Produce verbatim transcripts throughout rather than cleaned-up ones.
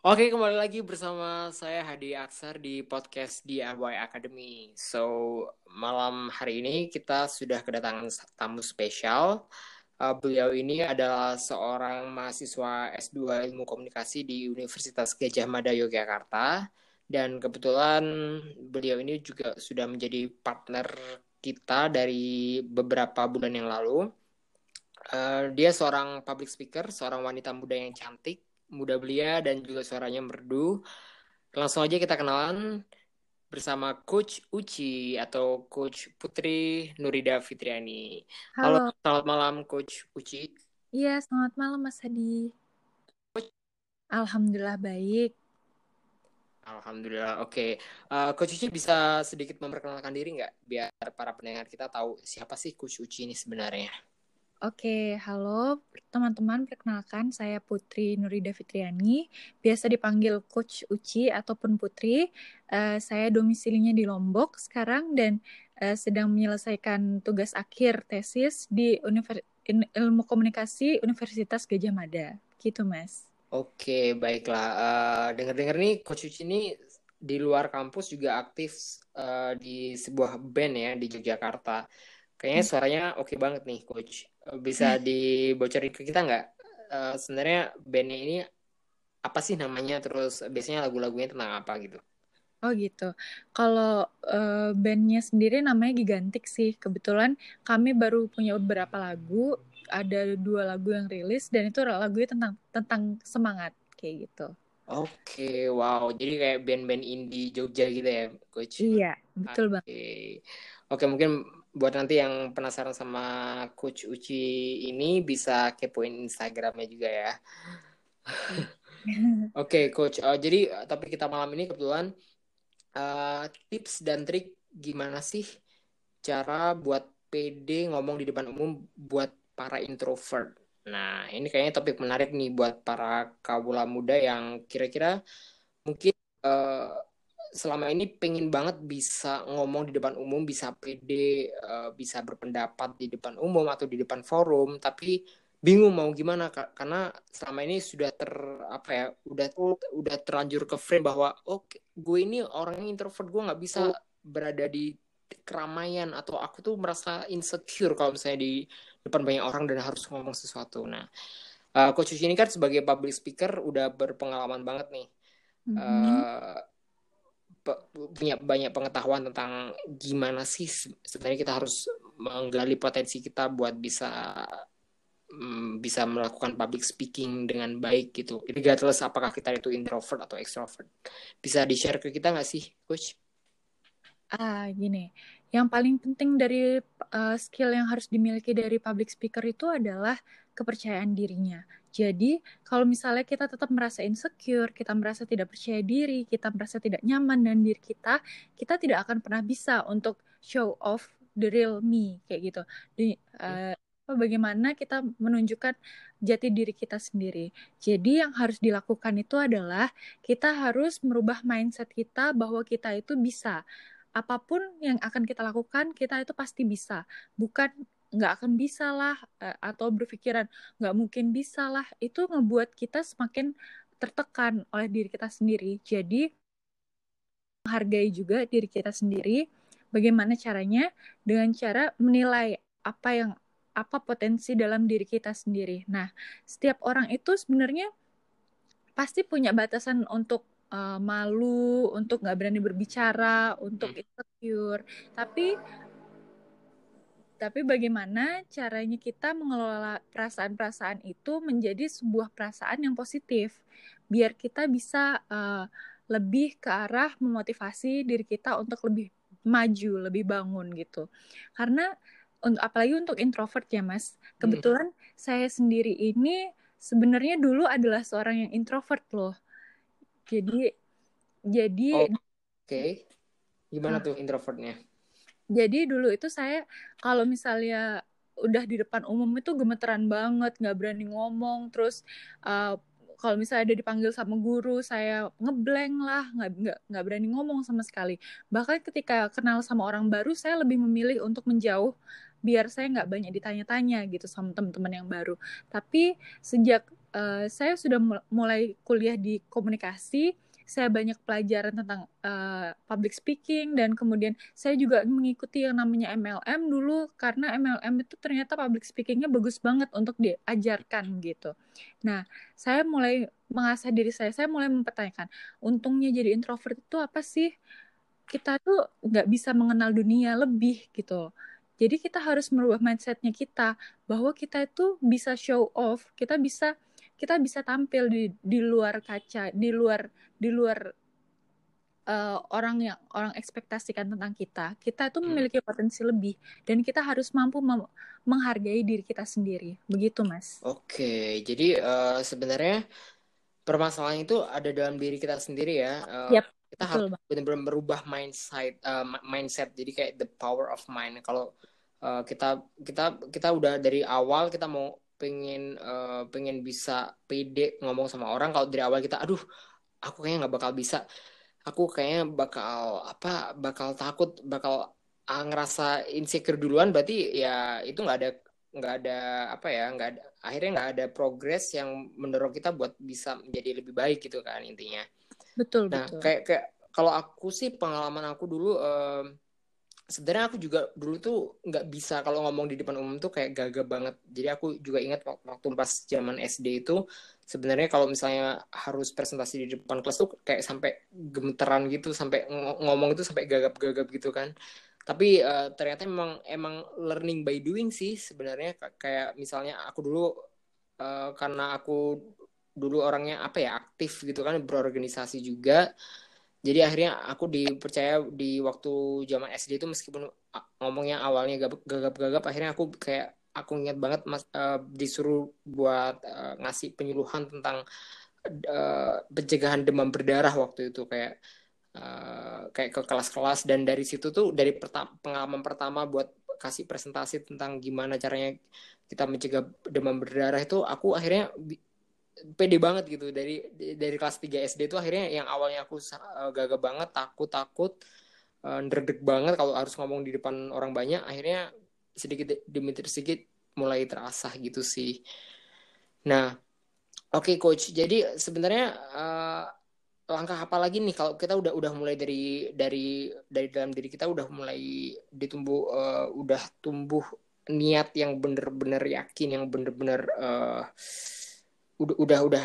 Oke, kembali lagi bersama saya Hadi Aksar di podcast D I Y Academy. So, malam hari ini kita sudah kedatangan tamu spesial. Uh, beliau ini adalah seorang mahasiswa S dua Ilmu Komunikasi di Universitas Gadjah Mada Yogyakarta. Dan kebetulan beliau ini juga sudah menjadi partner kita dari beberapa bulan yang lalu. Uh, dia seorang public speaker, seorang wanita muda yang cantik, muda belia, dan juga suaranya merdu. Langsung aja kita kenalan bersama Coach Uci atau Coach Putri Nurida Fitriani. Halo, Halo, selamat malam Coach Uci. iya selamat malam Mas Hadi. Alhamdulillah baik. Alhamdulillah, oke. Uh, Coach Uci bisa sedikit memperkenalkan diri nggak? Biar para pendengar kita tahu siapa sih Coach Uci ini sebenarnya. Oke, halo teman-teman, perkenalkan saya Putri Nurida Fitriani, biasa dipanggil Coach Uci ataupun Putri. Uh, saya domisilinya di Lombok sekarang dan uh, sedang menyelesaikan tugas akhir tesis di Univers- Ilmu Komunikasi Universitas Gadjah Mada. Gitu, Mas. Oke, baiklah. Uh, dengar-dengar nih Coach Uci ini di luar kampus juga aktif uh, di sebuah band ya di Yogyakarta. Kayaknya suaranya oke banget nih, Coach. Bisa dibocorin ke kita nggak? Uh, sebenarnya bandnya ini apa sih namanya? Terus biasanya lagu-lagunya tentang apa gitu? Oh gitu. Kalau uh, bandnya sendiri namanya Gigantik sih. Kebetulan kami baru punya beberapa lagu. Ada dua lagu yang rilis dan itu lagunya tentang tentang semangat kayak gitu. Oke, wow. Jadi kayak band-band indie Jogja gitu ya, Coach? Iya, betul Oke. banget. Oke, mungkin buat nanti yang penasaran sama Coach Uci ini bisa kepoin Instagramnya juga ya. Oke, Coach. Uh, jadi uh, topik kita malam ini kebetulan uh, tips dan trik gimana sih cara buat pede ngomong di depan umum buat para introvert. Nah, ini kayaknya topik menarik nih buat para kawula muda yang kira-kira mungkin uh, selama ini pengen banget bisa ngomong di depan umum, bisa pede, uh, bisa berpendapat di depan umum atau di depan forum, tapi bingung mau gimana karena selama ini sudah ter apa ya udah udah terlanjur ke frame bahwa oh gue ini orangnya introvert, gue nggak bisa berada di keramaian atau aku tuh merasa insecure kalau misalnya di depan banyak orang dan harus ngomong sesuatu. Nah, uh, Coach ini kan sebagai public speaker udah berpengalaman banget nih. Mhm. Uh, punya banyak pengetahuan tentang gimana sih sebenarnya kita harus menggali potensi kita buat bisa bisa melakukan public speaking dengan baik gitu. Regardless apakah kita itu introvert atau extrovert. Bisa di-share ke kita nggak sih, Coach? Ah, gini. Yang paling penting dari uh, skill yang harus dimiliki dari public speaker itu adalah kepercayaan dirinya. Jadi, kalau misalnya kita tetap merasa insecure, kita merasa tidak percaya diri, kita merasa tidak nyaman dengan diri kita, kita tidak akan pernah bisa untuk show off the real me, kayak gitu. Di, uh, bagaimana kita menunjukkan jati diri kita sendiri. Jadi, yang harus dilakukan itu adalah kita harus merubah mindset kita bahwa kita itu bisa apapun yang akan kita lakukan, kita itu pasti bisa. Bukan nggak akan bisa lah, atau berpikiran nggak mungkin bisa lah. Itu ngebuat kita semakin tertekan oleh diri kita sendiri. Jadi, menghargai juga diri kita sendiri. Bagaimana caranya? Dengan cara menilai apa yang apa potensi dalam diri kita sendiri. Nah, setiap orang itu sebenarnya pasti punya batasan untuk uh, malu, untuk nggak berani berbicara, untuk Hmm. insecure. Tapi tapi bagaimana caranya kita mengelola perasaan-perasaan itu menjadi sebuah perasaan yang positif, biar kita bisa uh, lebih ke arah memotivasi diri kita untuk lebih maju, lebih bangun gitu. Karena untuk apalagi untuk introvert ya Mas, Hmm. kebetulan saya sendiri ini sebenarnya dulu adalah seorang yang introvert loh. Jadi Oh, jadi oke. Okay. Gimana uh, tuh introvertnya? jadi dulu itu saya kalau misalnya udah di depan umum itu gemeteran banget, nggak berani ngomong, terus uh, kalau misalnya ada dipanggil sama guru, saya ngeblank lah, nggak nggak nggak berani ngomong sama sekali. Bahkan ketika kenal sama orang baru, saya lebih memilih untuk menjauh biar saya nggak banyak ditanya-tanya gitu sama teman-teman yang baru. Tapi sejak uh, saya sudah mulai kuliah di komunikasi, saya banyak pelajaran tentang uh, public speaking, dan kemudian saya juga mengikuti yang namanya M L M dulu, karena M L M itu ternyata public speakingnya bagus banget untuk diajarkan gitu. Nah, saya mulai mengasah diri saya, saya mulai mempertanyakan, untungnya jadi introvert itu apa sih? Kita tuh nggak bisa mengenal dunia lebih gitu. Jadi kita harus merubah mindsetnya kita, bahwa kita itu bisa show off, kita bisa kita bisa tampil di di luar kaca, di luar di luar uh, orang yang orang ekspektasikan tentang kita. Kita itu memiliki potensi lebih, dan kita harus mampu mem- menghargai diri kita sendiri. Begitu, Mas. Oke, jadi uh, sebenarnya permasalahan itu ada dalam diri kita sendiri ya. Uh, yep, kita harus benar-benar merubah mindset, uh, mindset. Jadi kayak the power of mind. Kalau uh, kita kita kita udah dari awal kita mau pengen uh, pengen bisa pede ngomong sama orang, kalau dari awal kita aduh aku kayaknya nggak bakal bisa, aku kayaknya bakal apa bakal takut, bakal uh, ngerasa insecure duluan, berarti ya itu nggak ada nggak ada apa ya nggak ada akhirnya nggak ada progres yang mendorong kita buat bisa menjadi lebih baik gitu kan intinya. Betul, nah betul. kayak kayak kalau aku sih pengalaman aku dulu um, sebenarnya aku juga dulu tuh nggak bisa kalau ngomong di depan umum tuh kayak gagap banget. Jadi aku juga ingat waktu pas zaman S D itu sebenarnya kalau misalnya harus presentasi di depan kelas tuh kayak sampai gemeteran gitu, sampai ngomong itu sampai gagap-gagap gitu kan. Tapi uh, ternyata emang emang learning by doing sih sebenarnya. Kayak misalnya aku dulu uh, karena aku dulu orangnya apa ya aktif gitu kan, berorganisasi juga. Jadi akhirnya aku dipercaya di waktu zaman S D itu, meskipun ngomongnya awalnya gagap-gagap, akhirnya aku kayak aku ingat banget mas uh, disuruh buat uh, ngasih penyuluhan tentang uh, pencegahan demam berdarah waktu itu, kayak uh, kayak ke kelas-kelas. Dan dari situ tuh dari perta- pengalaman pertama buat kasih presentasi tentang gimana caranya kita mencegah demam berdarah itu, aku akhirnya pede banget gitu. Dari dari kelas tiga S D itu akhirnya yang awalnya aku uh, gagap banget, takut-takut, uh, ndredeg banget kalau harus ngomong di depan orang banyak, akhirnya sedikit demi sedikit mulai terasah gitu sih. Nah, oke okay, coach. Jadi sebenarnya uh, langkah apa lagi nih kalau kita udah udah mulai dari dari dari dalam diri kita udah mulai ditumbuh uh, udah tumbuh niat yang bener-bener yakin, yang bener-bener uh, udah udah udah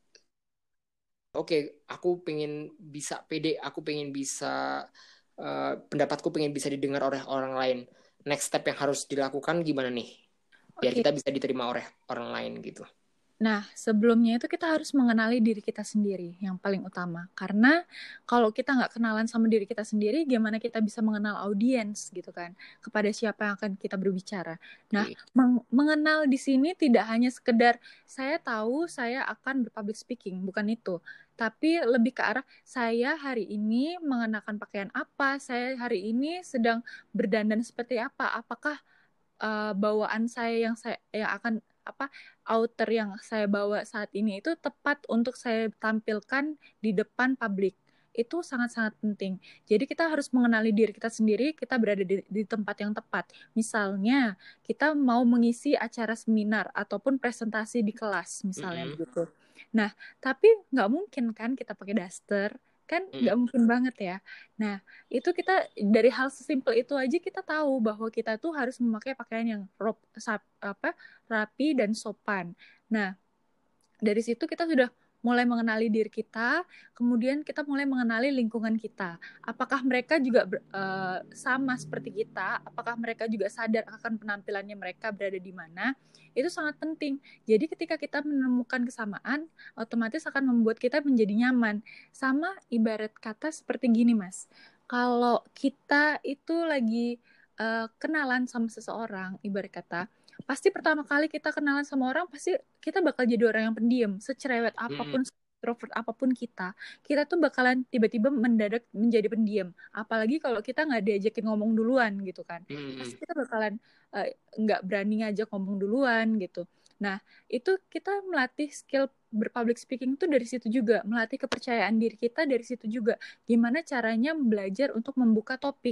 oke, okay, aku pengen bisa pede, aku pengen bisa uh, pendapatku pengen bisa didengar oleh orang lain. Next step yang harus dilakukan gimana nih? Biar okay. kita bisa diterima oleh orang lain gitu. Nah, sebelumnya itu kita harus mengenali diri kita sendiri yang paling utama. Karena kalau kita nggak kenalan sama diri kita sendiri, gimana kita bisa mengenal audiens gitu kan? Kepada siapa yang akan kita berbicara. Nah, okay. meng- mengenal di sini tidak hanya sekedar saya tahu saya akan berpublic speaking, bukan itu. Tapi lebih ke arah saya hari ini mengenakan pakaian apa, saya hari ini sedang berdandan seperti apa, apakah uh, bawaan saya yang saya yang akan apa outer yang saya bawa saat ini itu tepat untuk saya tampilkan di depan publik. Itu sangat-sangat penting. Jadi kita harus mengenali diri kita sendiri, kita berada di, di tempat yang tepat. Misalnya, kita mau mengisi acara seminar ataupun presentasi di kelas, misalnya mm-hmm. begitu. Nah, tapi nggak mungkin kan kita pakai daster, kan nggak mm. mungkin banget ya. Nah, itu kita dari hal sesimpel itu aja kita tahu bahwa kita tuh harus memakai pakaian yang rop, sap, apa, rapi dan sopan. Nah, dari situ kita sudah mulai mengenali diri kita, kemudian kita mulai mengenali lingkungan kita. Apakah mereka juga uh, sama seperti kita? Apakah mereka juga sadar akan penampilannya mereka berada di mana? Itu sangat penting. Jadi ketika kita menemukan kesamaan, otomatis akan membuat kita menjadi nyaman. Sama ibarat kata seperti gini, Mas. Kalau kita itu lagi uh, kenalan sama seseorang, ibarat kata, pasti pertama kali kita kenalan sama orang, pasti kita bakal jadi orang yang pendiam. Secerewet apapun, introvert apapun kita, kita tuh bakalan tiba-tiba mendadak menjadi pendiam. Apalagi kalau kita nggak diajakin ngomong duluan gitu kan. Mm. Pasti kita bakalan uh, nggak berani ngajak ngomong duluan gitu. Nah, itu kita melatih skill berpublic speaking itu dari situ juga. Melatih kepercayaan diri kita dari situ juga. Gimana caranya belajar untuk membuka topik.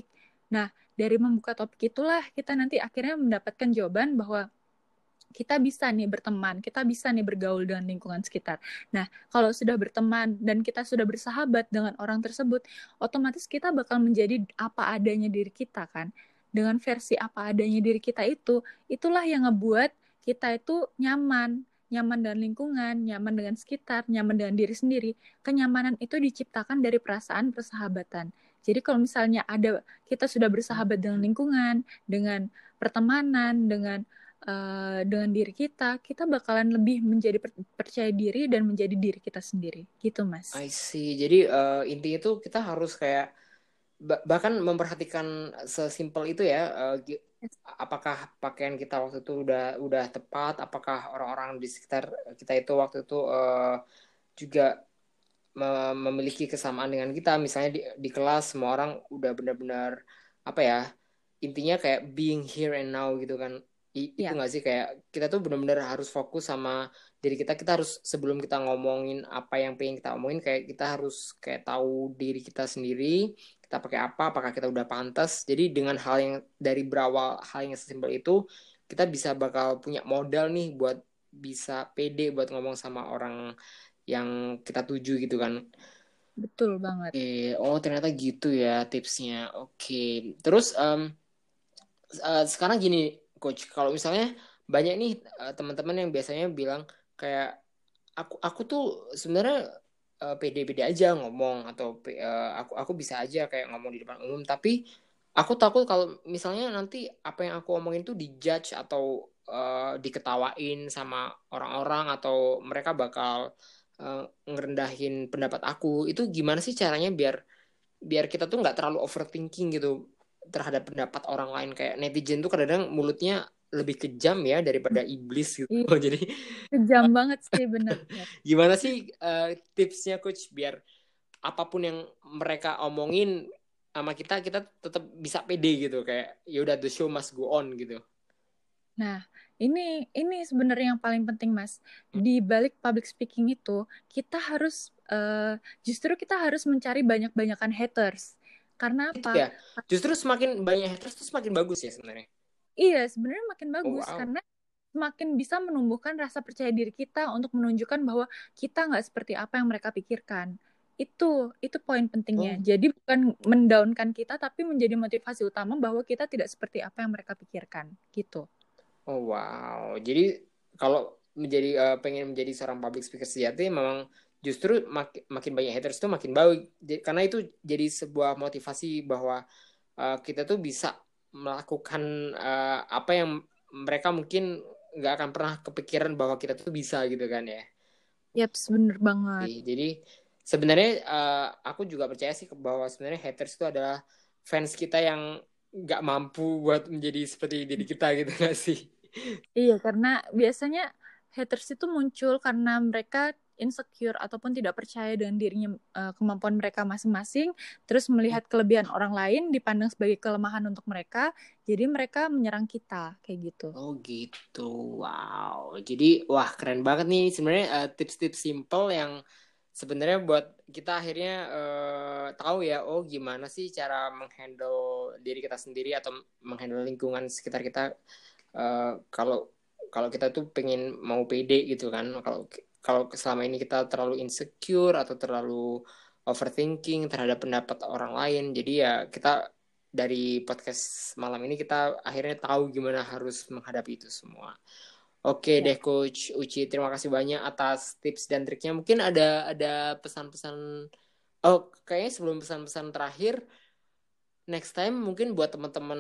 Nah, dari membuka topik itulah kita nanti akhirnya mendapatkan jawaban bahwa kita bisa nih berteman, kita bisa nih bergaul dengan lingkungan sekitar. Nah, kalau sudah berteman dan kita sudah bersahabat dengan orang tersebut, otomatis kita bakal menjadi apa adanya diri kita kan. Dengan versi apa adanya diri kita itu, itulah yang ngebuat kita itu nyaman, nyaman dengan lingkungan, nyaman dengan sekitar, nyaman dengan diri sendiri. Kenyamanan itu diciptakan dari perasaan persahabatan. Jadi kalau misalnya ada kita sudah bersahabat dengan lingkungan, dengan pertemanan, dengan uh, dengan diri kita, kita bakalan lebih menjadi per- percaya diri dan menjadi diri kita sendiri. Gitu, Mas. I see. Jadi uh, intinya tuh kita harus kayak bah- bahkan memperhatikan sesimpel itu ya. Uh, gi- apakah pakaian kita waktu itu udah udah tepat? Apakah orang-orang di sekitar kita itu waktu itu uh, juga me- memiliki kesamaan dengan kita? Misalnya di di kelas semua orang udah benar-benar apa ya? Intinya kayak being here and now gitu kan. I- itu Ya, nggak sih kayak kita tuh benar-benar harus fokus sama diri kita. Kita harus sebelum kita ngomongin apa yang pengen kita omongin kayak kita harus kayak tahu diri kita sendiri. Kita pakai apa? Apakah kita udah pantas? Jadi dengan hal yang dari berawal hal yang sesimpel itu kita bisa bakal punya modal nih buat bisa pede buat ngomong sama orang yang kita tuju gitu kan. betul banget. Oke, oh ternyata gitu ya tipsnya. Oke, terus em, uh, sekarang gini coach, kalau misalnya banyak nih uh, teman-teman yang biasanya bilang kayak aku aku tuh sebenarnya uh, pede-pede aja ngomong atau uh, aku aku bisa aja kayak ngomong di depan umum, tapi aku takut kalau misalnya nanti apa yang aku omongin tuh dijudge atau uh, diketawain sama orang-orang atau mereka bakal uh, ngerendahin pendapat aku. Itu gimana sih caranya biar biar kita tuh nggak terlalu overthinking gitu terhadap pendapat orang lain. Kayak netizen tuh kadang-kadang mulutnya lebih kejam ya daripada iblis gitu. Iya, Jadi kejam banget sih bener-bener. gimana sih uh, tipsnya coach biar apapun yang mereka omongin sama kita kita tetap bisa pede gitu kayak ya udah the show must go on gitu. Nah, ini ini sebenarnya yang paling penting, Mas. Di balik public speaking itu, kita harus uh, justru kita harus mencari banyak-banyakan haters. Karena Itu apa? ya. Justru semakin banyak haters tuh semakin bagus ya sebenarnya. Iya, sebenarnya makin Oh, bagus wow. karena semakin bisa menumbuhkan rasa percaya diri kita untuk menunjukkan bahwa kita nggak seperti apa yang mereka pikirkan. Itu itu poin pentingnya. Oh, Jadi bukan mendaunkan kita, tapi menjadi motivasi utama bahwa kita tidak seperti apa yang mereka pikirkan. Gitu. oh wow. Jadi kalau menjadi uh, pengen menjadi seorang public speaker sejati memang justru mak- makin banyak haters tuh makin baik. Jadi, karena itu jadi sebuah motivasi bahwa uh, kita tuh bisa melakukan uh, apa yang mereka mungkin nggak akan pernah kepikiran bahwa kita tuh bisa gitu kan ya. Yap, bener banget. Jadi sebenarnya uh, aku juga percaya sih bahwa sebenarnya haters itu adalah fans kita yang nggak mampu buat menjadi seperti diri kita gitu nggak sih? Iya, karena biasanya haters itu muncul karena mereka insecure ataupun tidak percaya dengan dirinya, eh, kemampuan mereka masing-masing, terus melihat kelebihan orang lain dipandang sebagai kelemahan untuk mereka, jadi mereka menyerang kita kayak gitu. Oh gitu, wow. Jadi wah keren banget nih sebenarnya uh, tips-tips simple yang sebenarnya buat kita akhirnya uh, tahu ya, oh gimana sih cara menghandle diri kita sendiri atau menghandle lingkungan sekitar kita uh, kalau kalau kita tuh pengen mau pede gitu kan. Kalau kalau selama ini kita terlalu insecure atau terlalu overthinking terhadap pendapat orang lain, jadi ya kita dari podcast malam ini kita akhirnya tahu gimana harus menghadapi itu semua. Oke Ya. deh Coach Uci, terima kasih banyak atas tips dan triknya. Mungkin ada ada pesan-pesan. Oh, kayaknya sebelum pesan-pesan terakhir, next time mungkin buat teman-teman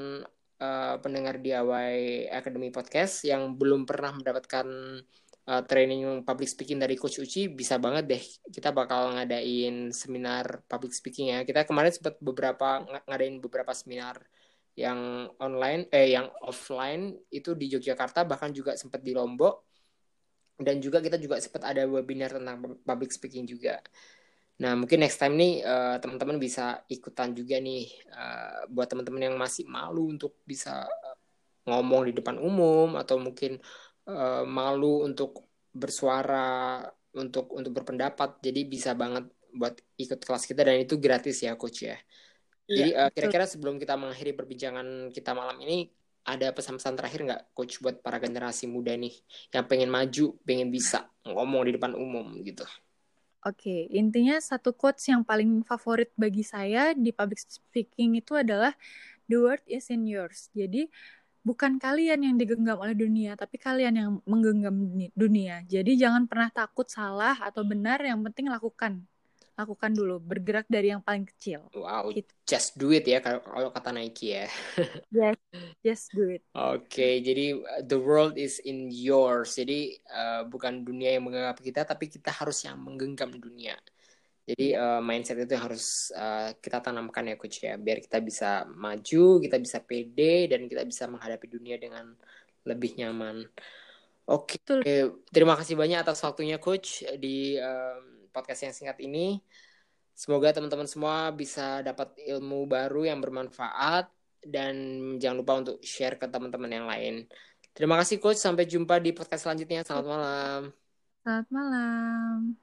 uh, pendengar D I Y Academy Podcast yang belum pernah mendapatkan uh, training public speaking dari Coach Uci, bisa banget deh kita bakal ngadain seminar public speaking ya. Kita kemarin sempat beberapa ng- ngadain beberapa seminar yang online eh yang offline itu di Yogyakarta, bahkan juga sempat di Lombok, dan juga kita juga sempat ada webinar tentang public speaking juga. Nah, mungkin next time nih uh, teman-teman bisa ikutan juga nih uh, buat teman-teman yang masih malu untuk bisa ngomong di depan umum atau mungkin uh, malu untuk bersuara, untuk untuk berpendapat. Jadi bisa banget buat ikut kelas kita dan itu gratis ya coach ya. Iya, Jadi uh, betul. kira-kira sebelum kita mengakhiri perbincangan kita malam ini, ada pesan-pesan terakhir nggak, Coach, buat para generasi muda nih yang pengen maju, pengen bisa ngomong di depan umum gitu? Oke, intinya satu quotes yang paling favorit bagi saya di public speaking itu adalah the world is in yours. Jadi bukan kalian yang digenggam oleh dunia, tapi kalian yang menggenggam dunia. Jadi jangan pernah takut salah atau benar, yang penting lakukan. Lakukan dulu, bergerak dari yang paling kecil. Wow, Gitu. just do it ya kalau kata Nike ya. Yes, just do it. Oke, jadi uh, the world is in yours. Jadi uh, bukan dunia yang menggenggam kita, tapi kita harus yang menggenggam dunia. Jadi Iya. uh, mindset itu yang harus uh, kita tanamkan ya, Coach ya, biar kita bisa maju, kita bisa pede, dan kita bisa menghadapi dunia dengan lebih nyaman. Oke, Betul. terima kasih banyak atas waktunya, Coach, di um, podcast yang singkat ini. Semoga teman-teman semua bisa dapat ilmu baru yang bermanfaat, dan jangan lupa untuk share ke teman-teman yang lain. Terima kasih, Coach. Sampai jumpa di podcast selanjutnya. Selamat malam. Selamat malam.